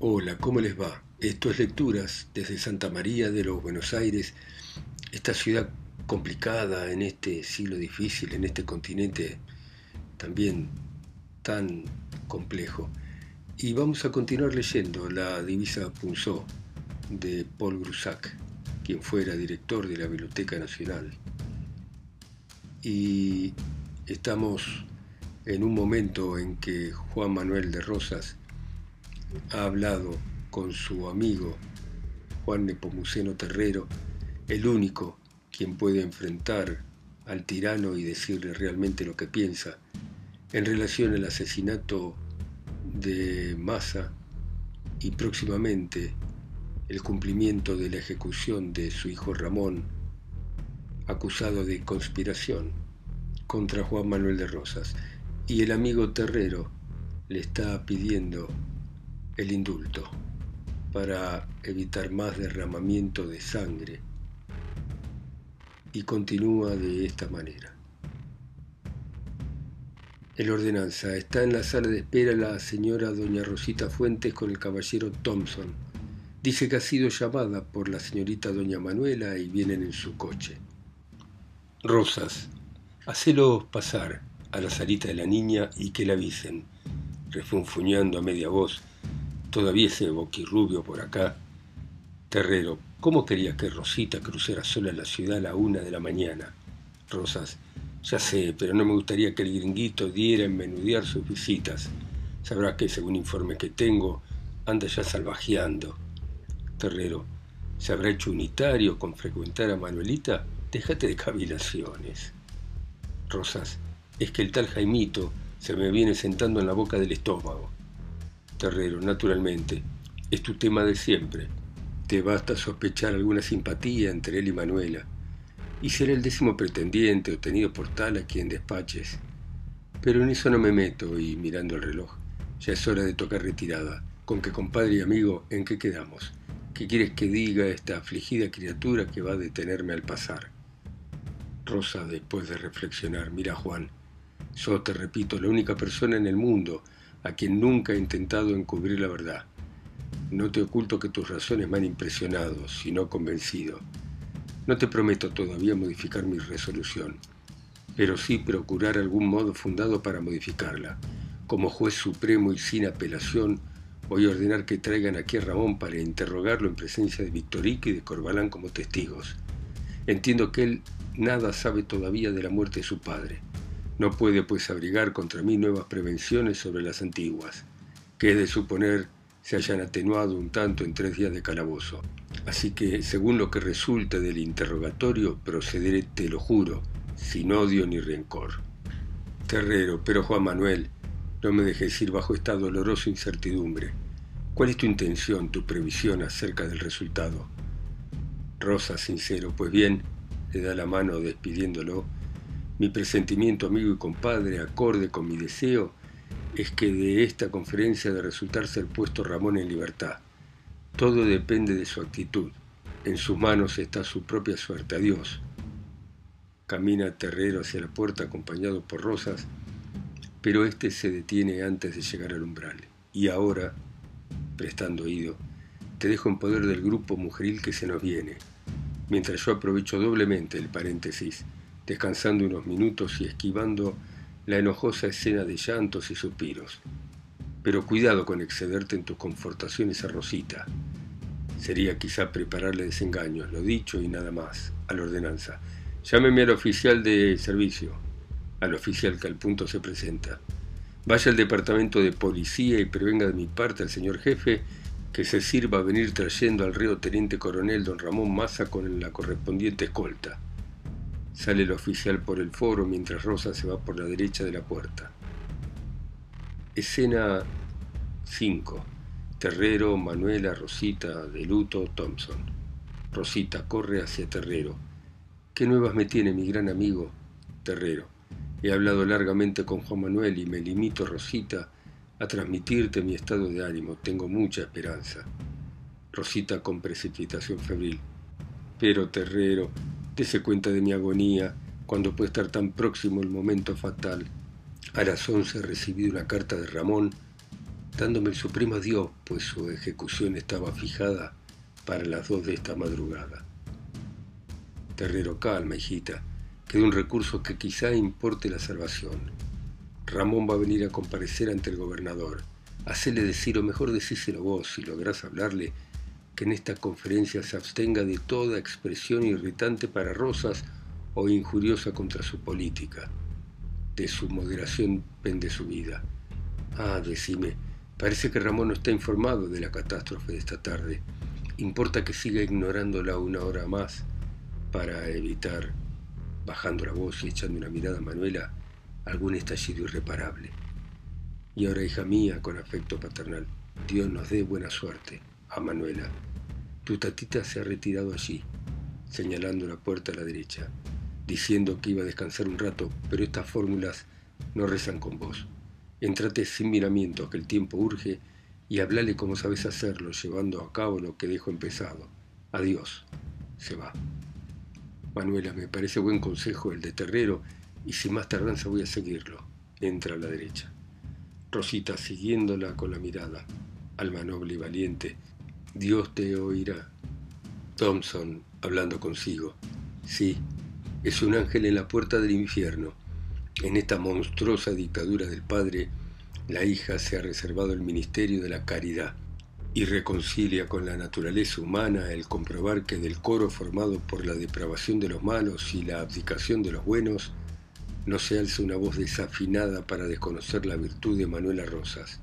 Hola, ¿cómo les va? Esto es Lecturas desde Santa María de los Buenos Aires, esta ciudad complicada en este siglo difícil, en este continente también tan complejo. Y vamos a continuar leyendo La divisa Punzó de Paul Grusac, quien fuera director de la Biblioteca Nacional. Y estamos en un momento en que Juan Manuel de Rosas ha hablado con su amigo Juan Nepomuceno Terrero, el único quien puede enfrentar al tirano y decirle realmente lo que piensa en relación al asesinato de Massa y próximamente el cumplimiento de la ejecución de su hijo Ramón, acusado de conspiración contra Juan Manuel de Rosas. Y el amigo Terrero le está pidiendo el indulto para evitar más derramamiento de sangre, y continúa de esta manera. El ordenanza: está en la sala de espera la señora doña Rosita Fuentes con el caballero Thompson. Dice que ha sido llamada por la señorita doña Manuela y vienen en su coche. Rosas: hacelo pasar a la salita de la niña y que la avisen. Refunfuñando a media voz: todavía ese boquirrubio por acá. Terrero: ¿cómo querías que Rosita cruzara sola la ciudad a la 1 de la mañana? Rosas: ya sé, pero no me gustaría que el gringuito diera en menudear sus visitas. Sabrás que, según informes que tengo, anda ya salvajeando. Terrero: ¿se habrá hecho unitario con frecuentar a Manuelita? Déjate de cavilaciones. Rosas: es que el tal Jaimito se me viene sentando en la boca del estómago. Terrero: naturalmente, es tu tema de siempre. Te basta sospechar alguna simpatía entre él y Manuela, y será el 10º pretendiente obtenido por tal a quien despaches. Pero en eso no me meto, y mirando el reloj, ya es hora de tocar retirada. Con que, compadre y amigo, ¿en qué quedamos? ¿Qué quieres que diga esta afligida criatura que va a detenerme al pasar? Rosa, después de reflexionar: mira, Juan, sos, te repito, la única persona en el mundo a quien nunca he intentado encubrir la verdad. No te oculto que tus razones me han impresionado, si no convencido. No te prometo todavía modificar mi resolución, pero sí procurar algún modo fundado para modificarla. Como juez supremo y sin apelación, voy a ordenar que traigan aquí a Ramón para interrogarlo en presencia de Victorique y de Corbalán como testigos. Entiendo que él nada sabe todavía de la muerte de su padre. No puede, pues, abrigar contra mí nuevas prevenciones sobre las antiguas, que es de suponer se hayan atenuado un tanto en 3 días de calabozo. Así que, según lo que resulte del interrogatorio, procederé, te lo juro, sin odio ni rencor. Terrero: pero Juan Manuel, no me dejes ir bajo esta dolorosa incertidumbre. ¿Cuál es tu intención, tu previsión acerca del resultado? Rosa, sincero: pues bien, le da la mano despidiéndolo. Mi presentimiento, amigo y compadre, acorde con mi deseo, es que de esta conferencia ha de resultar ser puesto Ramón en libertad. Todo depende de su actitud. En sus manos está su propia suerte. Adiós. Camina Terrero hacia la puerta acompañado por Rosas, pero este se detiene antes de llegar al umbral. Y ahora, prestando oído, te dejo en poder del grupo mujeril que se nos viene, mientras yo aprovecho doblemente el paréntesis, descansando unos minutos y esquivando la enojosa escena de llantos y suspiros. Pero cuidado con excederte en tus confortaciones a Rosita. Sería quizá prepararle desengaños, lo dicho y nada más. A la ordenanza: llámeme al oficial de servicio, al oficial que al punto se presenta. Vaya al departamento de policía y prevenga de mi parte al señor jefe que se sirva a venir trayendo al reo teniente coronel don Ramón Massa con la correspondiente escolta. Sale el oficial por el foro mientras Rosa se va por la derecha de la puerta. Escena 5. Terrero, Manuela, Rosita, de luto, Thompson. Rosita corre hacia Terrero. ¿Qué nuevas me tiene mi gran amigo? Terrero: he hablado largamente con Juan Manuel y me limito, Rosita, a transmitirte mi estado de ánimo. Tengo mucha esperanza. Rosita, con precipitación febril: pero, Terrero, dese cuenta de mi agonía, cuando puede estar tan próximo el momento fatal. A las 11 he recibido una carta de Ramón. dándome el supremo adiós, pues su ejecución estaba fijada para las 2 de esta madrugada. Terrero, calma, hijita. Queda un recurso que quizá importe la salvación. Ramón va a venir a comparecer ante el gobernador. Hacele decir, o mejor decíselo vos, si lográs hablarle, que en esta conferencia se abstenga de toda expresión irritante para Rosas o injuriosa contra su política. De su moderación pende su vida. Ah, decime, parece que Ramón no está informado de la catástrofe de esta tarde. Importa que siga ignorándola una hora más para evitar, bajando la voz y echando una mirada a Manuela, algún estallido irreparable. Y ahora, hija mía, con afecto paternal, Dios nos dé buena suerte. A Manuela, tu tatita se ha retirado allí, señalando la puerta a la derecha, diciendo que iba a descansar un rato, pero estas fórmulas no rezan con vos. Entrate sin miramiento, que el tiempo urge, y hablale como sabes hacerlo, llevando a cabo lo que dejo empezado. Adiós. Se va. Manuela, me parece buen consejo el de Terrero, y sin más tardanza voy a seguirlo. Entra a la derecha. Rosita, siguiéndola con la mirada. Alma noble y valiente, Dios te oirá. Thompson, hablando consigo. Sí, es un ángel en la puerta del infierno. En esta monstruosa dictadura del padre, la hija se ha reservado el ministerio de la caridad y reconcilia con la naturaleza humana el comprobar que del coro formado por la depravación de los malos y la abdicación de los buenos no se alza una voz desafinada para desconocer la virtud de Manuela Rosas.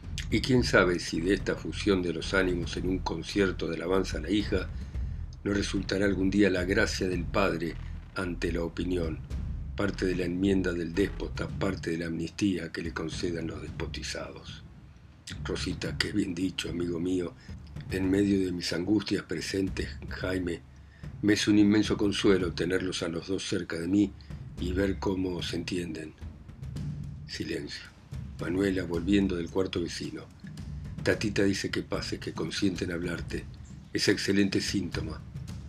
Y quién sabe si de esta fusión de los ánimos en un concierto de alabanza a la hija no resultará algún día la gracia del padre ante la opinión, parte de la enmienda del déspota, parte de la amnistía que le concedan los despotizados. Rosita, qué bien dicho, amigo mío. En medio de mis angustias presentes, Jaime, me es un inmenso consuelo tenerlos a los dos cerca de mí y ver cómo se entienden. Silencio. Manuela, volviendo del cuarto vecino. Tatita dice que pases, que consiente en hablarte. Es excelente síntoma.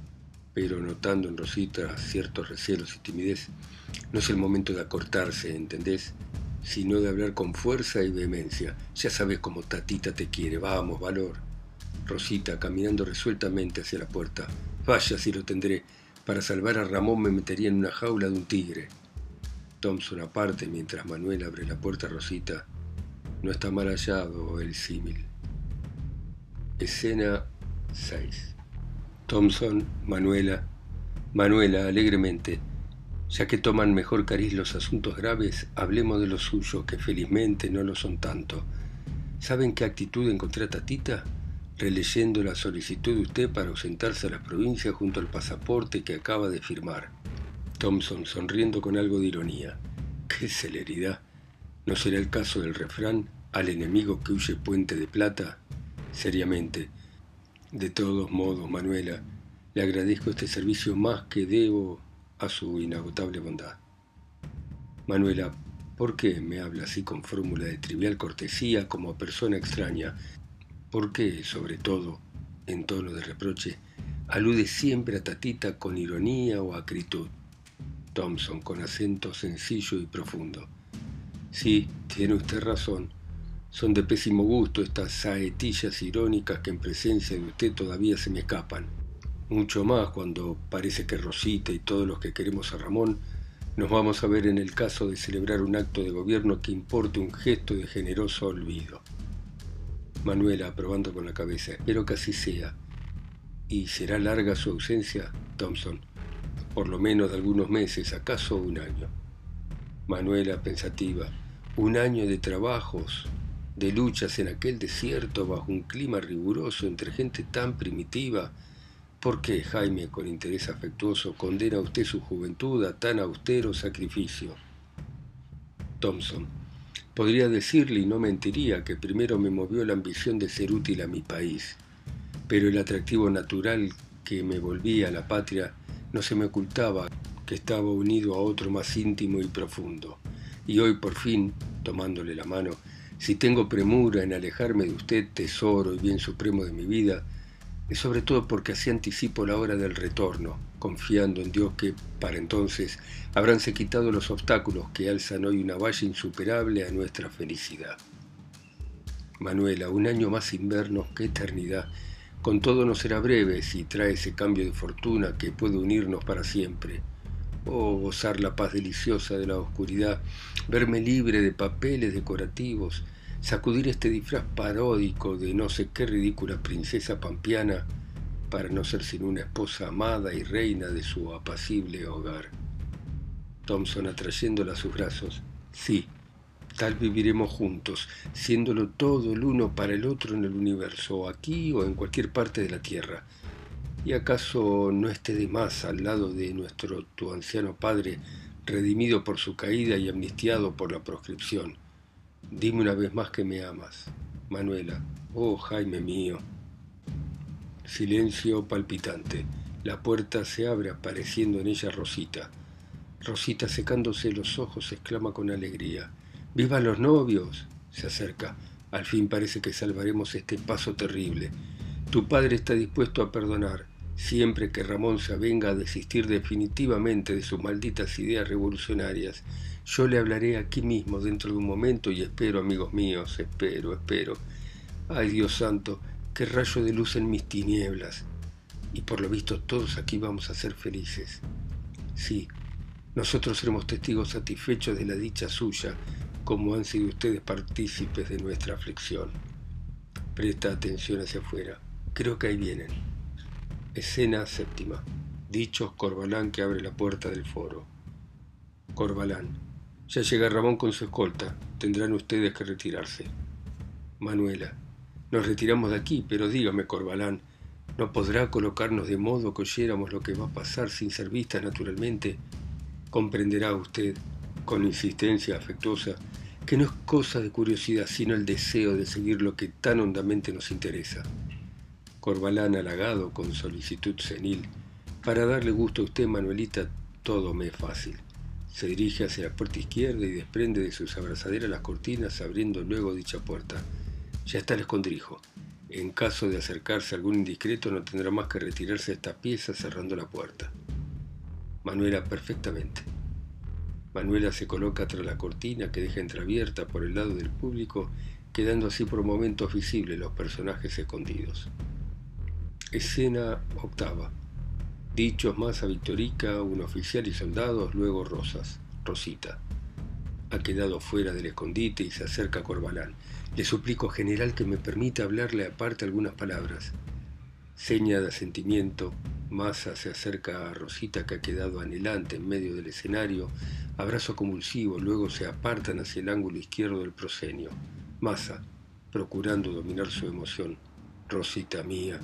Pero notando en Rosita ciertos recelos y timidez, no es el momento de acortarse, ¿entendés? Sino de hablar con fuerza y vehemencia. Ya sabes cómo Tatita te quiere. Vamos, valor. Rosita, caminando resueltamente hacia la puerta. Vaya si lo tendré. Para salvar a Ramón me metería en una jaula de un tigre. Thompson aparte, mientras Manuel abre la puerta a Rosita. No está mal hallado el símil. Escena 6. Thompson, Manuela, alegremente. Ya que toman mejor cariz los asuntos graves, hablemos de los suyos, que felizmente no lo son tanto. ¿Saben qué actitud encontré a Tatita? Releyendo la solicitud de usted para ausentarse a las provincias junto al pasaporte que acaba de firmar. Thompson, sonriendo con algo de ironía. ¡Qué celeridad! ¿No será el caso del refrán, al enemigo que huye puente de plata? Seriamente. De todos modos, Manuela, le agradezco este servicio más que debo a su inagotable bondad. Manuela, ¿por qué me habla así con fórmula de trivial cortesía como a persona extraña? ¿Por qué, sobre todo, en tono de reproche, alude siempre a Tatita con ironía o acritud? Thompson, con acento sencillo y profundo. Sí, tiene usted razón. Son de pésimo gusto estas saetillas irónicas que en presencia de usted todavía se me escapan. Mucho más cuando parece que Rosita y todos los que queremos a Ramón nos vamos a ver en el caso de celebrar un acto de gobierno que importe un gesto de generoso olvido. Manuela, aprobando con la cabeza. Espero que así sea. ¿Y será larga su ausencia, Thompson? Por lo menos de algunos meses, acaso un año. Manuela, pensativa. Un año de trabajos, de luchas en aquel desierto bajo un clima riguroso entre gente tan primitiva. ¿Por qué, Jaime, con interés afectuoso, condena usted su juventud a tan austero sacrificio? Thompson. Podría decirle, y no mentiría, que primero me movió la ambición de ser útil a mi país, pero el atractivo natural que me volvía a la patria no se me ocultaba, que estaba unido a otro más íntimo y profundo. Y hoy, por fin, tomándole la mano, si tengo premura en alejarme de usted, tesoro y bien supremo de mi vida, es sobre todo porque así anticipo la hora del retorno, confiando en Dios que, para entonces, habránse quitado los obstáculos que alzan hoy una valla insuperable a nuestra felicidad. Manuela, un año más invierno, qué eternidad. Con todo no será breve si trae ese cambio de fortuna que puede unirnos para siempre. Oh, gozar la paz deliciosa de la oscuridad, verme libre de papeles decorativos, sacudir este disfraz paródico de no sé qué ridícula princesa pampiana para no ser sino una esposa amada y reina de su apacible hogar. Thompson atrayéndola a sus brazos. Sí, tal viviremos juntos, siéndolo todo el uno para el otro en el universo, aquí o en cualquier parte de la Tierra. ¿Y acaso no esté de más al lado de tu anciano padre, redimido por su caída y amnistiado por la proscripción? Dime una vez más que me amas, Manuela. Oh, Jaime mío. Silencio palpitante. La puerta se abre apareciendo en ella Rosita. Rosita, secándose los ojos, exclama con alegría. ¡Vivan los novios! Se acerca. Al fin parece que salvaremos este paso terrible. Tu padre está dispuesto a perdonar, siempre que Ramón se avenga a desistir definitivamente de sus malditas ideas revolucionarias. Yo le hablaré aquí mismo dentro de un momento y espero, amigos míos, espero. Ay, Dios santo, qué rayo de luz en mis tinieblas. Y por lo visto todos aquí vamos a ser felices. Sí, nosotros seremos testigos satisfechos de la dicha suya, como han sido ustedes partícipes de nuestra aflicción. Presta atención hacia afuera. Creo que ahí vienen. Escena séptima. Dichos Corbalán que abre la puerta del foro. Corbalán. Ya llega Ramón con su escolta. Tendrán ustedes que retirarse. Manuela. Nos retiramos de aquí, pero dígame, Corbalán, ¿no podrá colocarnos de modo que oyéramos lo que va a pasar sin ser vistas naturalmente? Comprenderá usted, con insistencia afectuosa, que no es cosa de curiosidad, sino el deseo de seguir lo que tan hondamente nos interesa. Corbalán, halagado con solicitud senil, para darle gusto a usted, Manuelita, todo me es fácil. Se dirige hacia la puerta izquierda y desprende de sus abrazaderas las cortinas, abriendo luego dicha puerta. Ya está el escondrijo. En caso de acercarse algún indiscreto, no tendrá más que retirarse de esta pieza cerrando la puerta. Manuela, perfectamente. Manuela se coloca tras la cortina que deja entreabierta por el lado del público, quedando así por momentos visibles los personajes escondidos. Escena octava. Dichos más a Victorica, un oficial y soldados, luego Rosas. Rosita. Ha quedado fuera del escondite y se acerca a Corbalán. Le suplico, general, que me permita hablarle aparte algunas palabras. Seña de asentimiento. Massa se acerca a Rosita, que ha quedado anhelante en medio del escenario. Abrazo convulsivo, luego se apartan hacia el ángulo izquierdo del proscenio. Massa, procurando dominar su emoción. Rosita mía.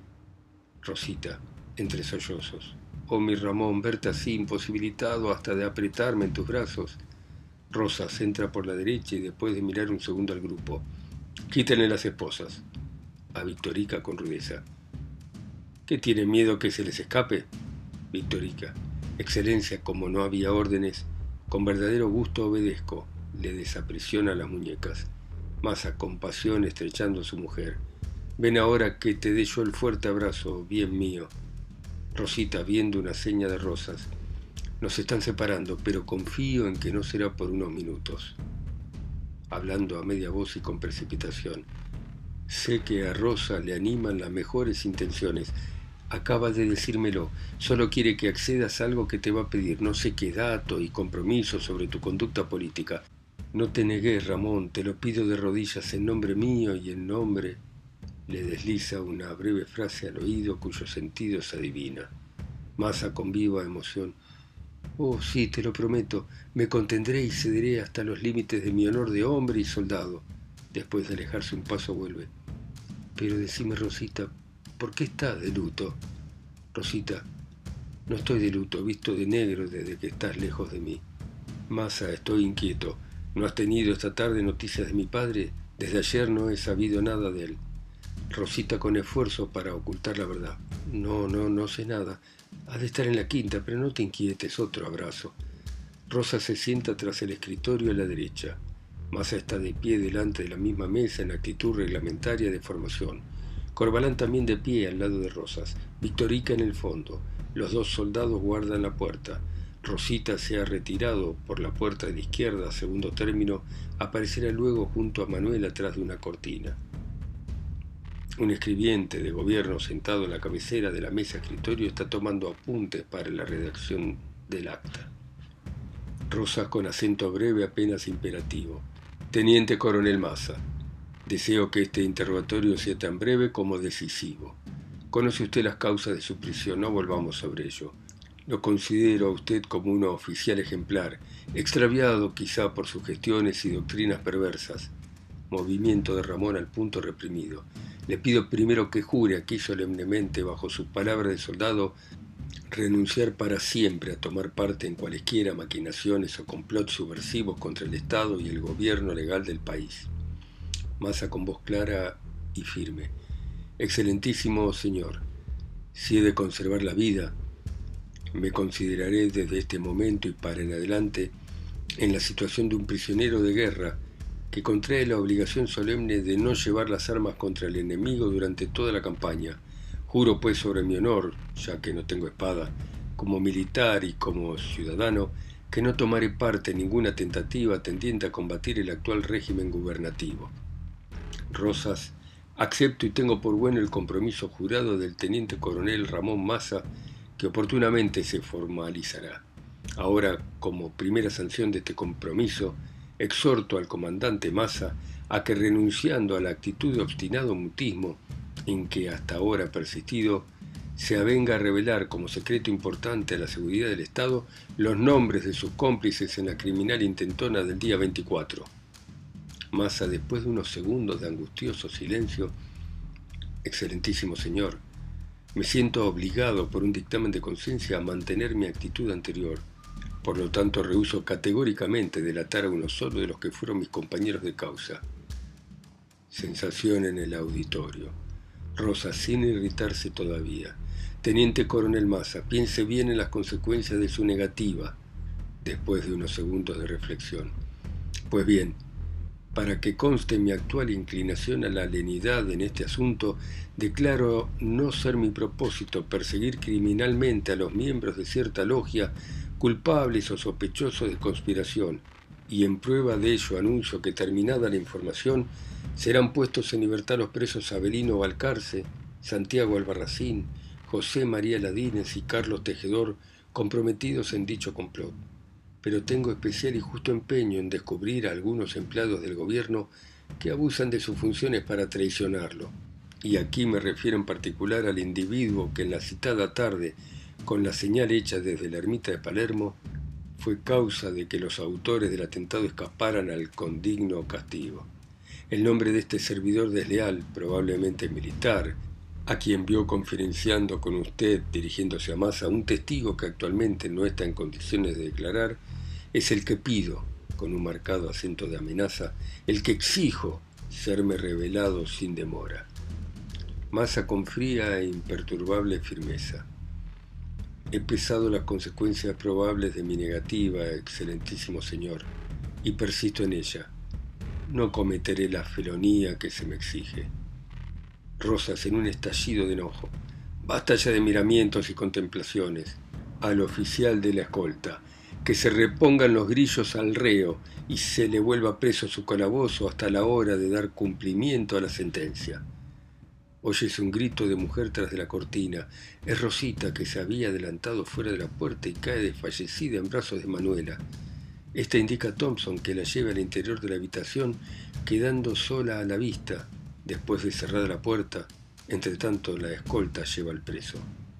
Rosita, entre sollozos. Oh, mi Ramón, verte así, imposibilitado hasta de apretarme en tus brazos. Rosas entra por la derecha y después de mirar un segundo al grupo. Quítenle las esposas. A Victorica con rudeza. ¿Qué tienen miedo que se les escape? Victorica. Excelencia, como no había órdenes, con verdadero gusto obedezco. Le desaprisiona las muñecas. Massa, con pasión, estrechando a su mujer. Ven ahora que te dé yo el fuerte abrazo, bien mío. Rosita, viendo una seña de Rosas. Nos están separando, pero confío en que no será por unos minutos. Hablando a media voz y con precipitación. Sé que a Rosa le animan las mejores intenciones. Acaba de decírmelo. Solo quiere que accedas a algo que te va a pedir. No sé qué dato y compromiso sobre tu conducta política. No te negues, Ramón. Te lo pido de rodillas en nombre mío y en nombre... Le desliza una breve frase al oído cuyo sentido se adivina. Massa con viva emoción. Oh, sí, te lo prometo. Me contendré y cederé hasta los límites de mi honor de hombre y soldado. Después de alejarse un paso vuelve. Pero decime, Rosita, ¿por qué estás de luto? Rosita, no estoy de luto, visto de negro desde que estás lejos de mí. Massa, estoy inquieto. ¿No has tenido esta tarde noticias de mi padre? Desde ayer no he sabido nada de él. Rosita con esfuerzo para ocultar la verdad. No sé nada. Has de estar en la quinta, pero no te inquietes. Otro abrazo. Rosa se sienta tras el escritorio a la derecha. Massa está de pie delante de la misma mesa en actitud reglamentaria de formación. Corbalán también de pie al lado de Rosas. Victorica en el fondo. Los dos soldados guardan la puerta. Rosita se ha retirado por la puerta de la izquierda, segundo término, aparecerá luego junto a Manuel atrás de una cortina. Un escribiente de gobierno sentado en la cabecera de la mesa escritorio está tomando apuntes para la redacción del acta. Rosas con acento breve apenas imperativo. Teniente Coronel Massa, deseo que este interrogatorio sea tan breve como decisivo. Conoce usted las causas de su prisión, no volvamos sobre ello. Lo considero a usted como un oficial ejemplar, extraviado quizá por sus gestiones y doctrinas perversas. Movimiento de Ramón al punto reprimido. Le pido primero que jure aquí solemnemente, bajo su palabra de soldado, renunciar para siempre a tomar parte en cualesquiera maquinaciones o complots subversivos contra el Estado y el gobierno legal del país. Massa con voz clara y firme. Excelentísimo señor, si he de conservar la vida, me consideraré desde este momento y para en adelante en la situación de un prisionero de guerra que contrae la obligación solemne de no llevar las armas contra el enemigo durante toda la campaña. Juro pues sobre mi honor, ya que no tengo espada, como militar y como ciudadano, que no tomaré parte en ninguna tentativa tendiente a combatir el actual régimen gubernativo. Rosas, acepto y tengo por bueno el compromiso jurado del teniente coronel Ramón Massa, que oportunamente se formalizará. Ahora, como primera sanción de este compromiso, exhorto al comandante Massa a que, renunciando a la actitud de obstinado mutismo en que hasta ahora ha persistido, se avenga a revelar como secreto importante a la seguridad del Estado los nombres de sus cómplices en la criminal intentona del día 24. Massa, después de unos segundos de angustioso silencio: Excelentísimo señor, me siento obligado por un dictamen de conciencia a mantener mi actitud anterior. Por lo tanto, rehúso categóricamente delatar a uno solo de los que fueron mis compañeros de causa. Sensación en el auditorio. Rosa, sin irritarse todavía. Teniente coronel Massa, piense bien en las consecuencias de su negativa, después de unos segundos de reflexión. Pues bien, para que conste mi actual inclinación a la lenidad en este asunto, declaro no ser mi propósito perseguir criminalmente a los miembros de cierta logia culpables o sospechosos de conspiración, y en prueba de ello anuncio que, terminada la información, serán puestos en libertad los presos Avelino Balcarce, Santiago Albarracín, José María Ladines y Carlos Tejedor, comprometidos en dicho complot. Pero tengo especial y justo empeño en descubrir a algunos empleados del gobierno que abusan de sus funciones para traicionarlo. Y aquí me refiero en particular al individuo que en la citada tarde, con la señal hecha desde la ermita de Palermo, fue causa de que los autores del atentado escaparan al condigno castigo. El nombre de este servidor desleal, probablemente militar, a quien vio conferenciando con usted, dirigiéndose a Massa, un testigo que actualmente no está en condiciones de declarar, es el que pido, con un marcado acento de amenaza, el que exijo serme revelado sin demora. Massa con fría e imperturbable firmeza. He pesado las consecuencias probables de mi negativa, excelentísimo señor, y persisto en ella. No cometeré la felonía que se me exige. Rosas, en un estallido de enojo. Basta ya de miramientos y contemplaciones. Al oficial de la escolta, que se repongan los grillos al reo y se le vuelva preso su calabozo hasta la hora de dar cumplimiento a la sentencia. Oyes un grito de mujer tras de la cortina. Es Rosita, que se había adelantado fuera de la puerta y cae desfallecida en brazos de Manuela. Esta indica a Thompson que la lleve al interior de la habitación, quedando sola a la vista, después de cerrada la puerta. Entre tanto, la escolta lleva al preso.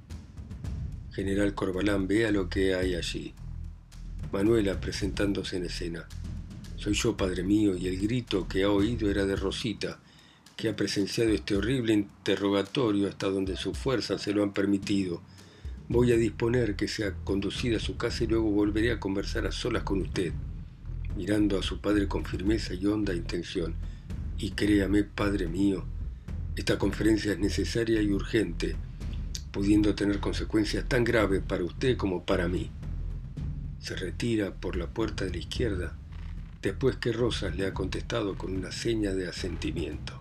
General Corbalán, vea lo que hay allí. Manuela, presentándose en escena. Soy yo, padre mío, y el grito que ha oído era de Rosita, que ha presenciado este horrible interrogatorio hasta donde sus fuerzas se lo han permitido. Voy a disponer que sea conducida a su casa y luego volveré a conversar a solas con usted, mirando a su padre con firmeza y honda intención. Y créame, padre mío, esta conferencia es necesaria y urgente, pudiendo tener consecuencias tan graves para usted como para mí. Se retira por la puerta de la izquierda, después que Rosas le ha contestado con una seña de asentimiento.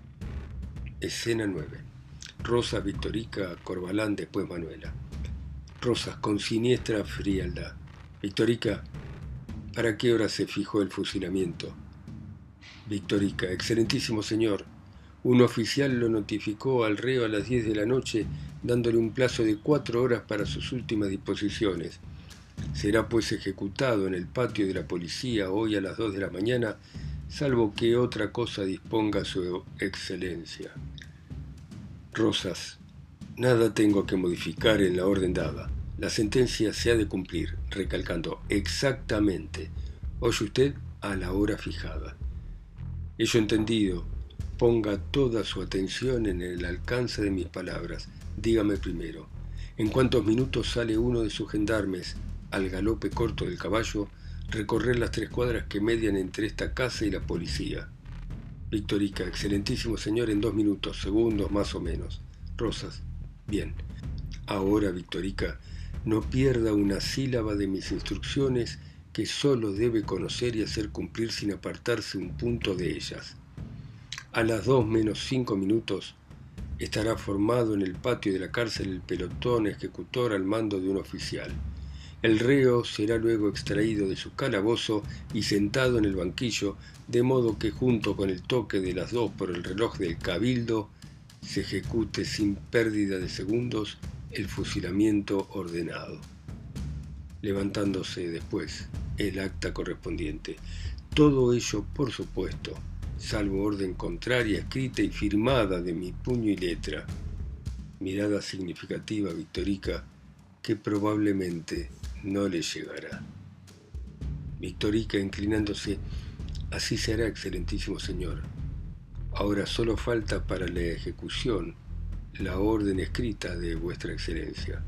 Escena 9. Rosas, Victorica, Corbalán, después Manuela. Rosas, con siniestra frialdad. Victorica, ¿para qué hora se fijó el fusilamiento? Victorica, excelentísimo señor, un oficial lo notificó al reo a las 10 de la noche, dándole un plazo de 4 horas para sus últimas disposiciones. Será pues ejecutado en el patio de la policía hoy a las 2 de la mañana, salvo que otra cosa disponga su excelencia. Rosas, nada tengo que modificar en la orden dada. La sentencia se ha de cumplir, recalcando exactamente, oye usted, a la hora fijada. Ello entendido, ponga toda su atención en el alcance de mis palabras. Dígame primero, ¿en cuántos minutos sale uno de sus gendarmes, al galope corto del caballo, recorrer las 3 cuadras que median entre esta casa y la policía? Victorica, excelentísimo señor, en 2 minutos, segundos más o menos. Rosas, bien. Ahora, Victorica, no pierda una sílaba de mis instrucciones, que sólo debe conocer y hacer cumplir sin apartarse un punto de ellas. A las 2 menos 5 minutos estará formado en el patio de la cárcel el pelotón ejecutor al mando de un oficial. El reo será luego extraído de su calabozo y sentado en el banquillo, de modo que junto con el toque de las 2 por el reloj del cabildo se ejecute sin pérdida de segundos el fusilamiento ordenado, levantándose después el acta correspondiente. Todo ello, por supuesto, salvo orden contraria, escrita y firmada de mi puño y letra. Mirada significativa, Victorica, que probablemente no le llegará. Victorica, inclinándose, así será, excelentísimo señor. Ahora solo falta para la ejecución la orden escrita de vuestra excelencia.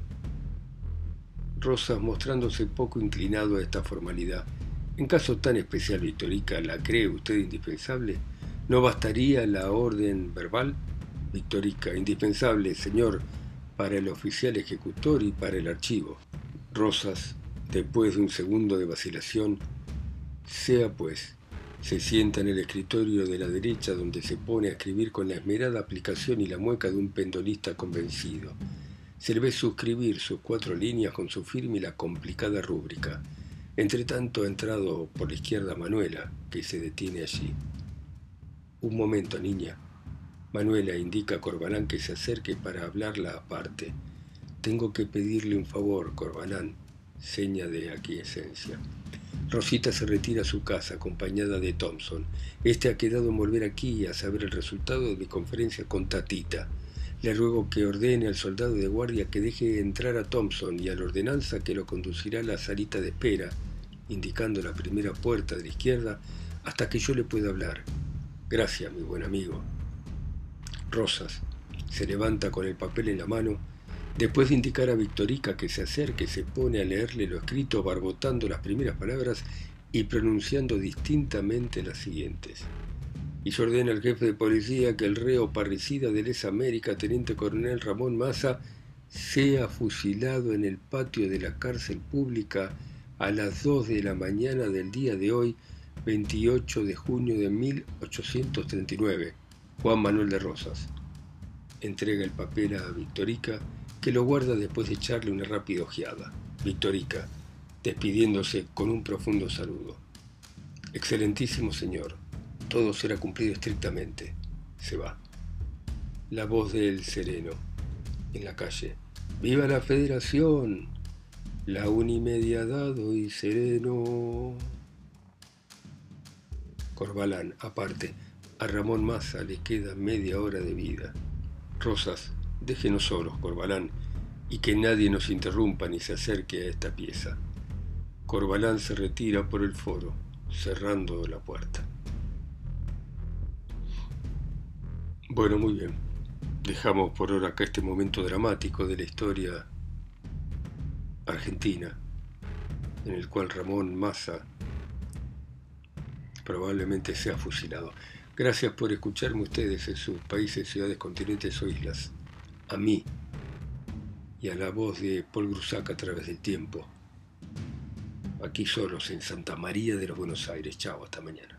Rosas, mostrándose poco inclinado a esta formalidad. En caso tan especial, Victorica, ¿la cree usted indispensable? ¿No bastaría la orden verbal? Victorica, indispensable, señor, para el oficial ejecutor y para el archivo. Rosas, después de un segundo de vacilación, sea pues, se sienta en el escritorio de la derecha, donde se pone a escribir con la esmerada aplicación y la mueca de un pendolista convencido. Se le ve suscribir sus 4 líneas con su firma y la complicada rúbrica. Entretanto ha entrado por la izquierda Manuela, que se detiene allí. Un momento, niña. Manuela indica a Corbalán que se acerque para hablarla aparte. Tengo que pedirle un favor, Corbalán, seña de aquiescencia. Rosita se retira a su casa acompañada de Thompson. Este ha quedado en volver aquí a saber el resultado de mi conferencia con Tatita. Le ruego que ordene al soldado de guardia que deje entrar a Thompson y a la ordenanza que lo conducirá a la salita de espera, indicando la primera puerta de la izquierda, hasta que yo le pueda hablar. Gracias, mi buen amigo. Rosas se levanta con el papel en la mano. Después de indicar a Victorica que se acerque, se pone a leerle lo escrito, barbotando las primeras palabras y pronunciando distintamente las siguientes. Y se ordena al jefe de policía que el reo parricida de lesa América, teniente coronel Ramón Maza, sea fusilado en el patio de la cárcel pública a las 2 de la mañana del día de hoy, 28 de junio de 1839. Juan Manuel de Rosas. Entrega el papel a Victorica, que lo guarda después de echarle una rápida ojeada. Victorica, despidiéndose con un profundo saludo. Excelentísimo señor, todo será cumplido estrictamente. Se va. La voz del sereno, en la calle. ¡Viva la Federación! La 1:30 dado y sereno. Corbalán, aparte. A Ramón Maza le queda media hora de vida. Rosas, déjenos solos, Corbalán, y que nadie nos interrumpa ni se acerque a esta pieza. Corbalán se retira por el foro, cerrando la puerta. Bueno, muy bien. Dejamos por ahora acá este momento dramático de la historia argentina, en el cual Ramón Maza probablemente sea fusilado. Gracias por escucharme ustedes en sus países, ciudades, continentes o islas. A mí y a la voz de Paul Grusac a través del tiempo. Aquí solos en Santa María de los Buenos Aires. Chao, hasta mañana.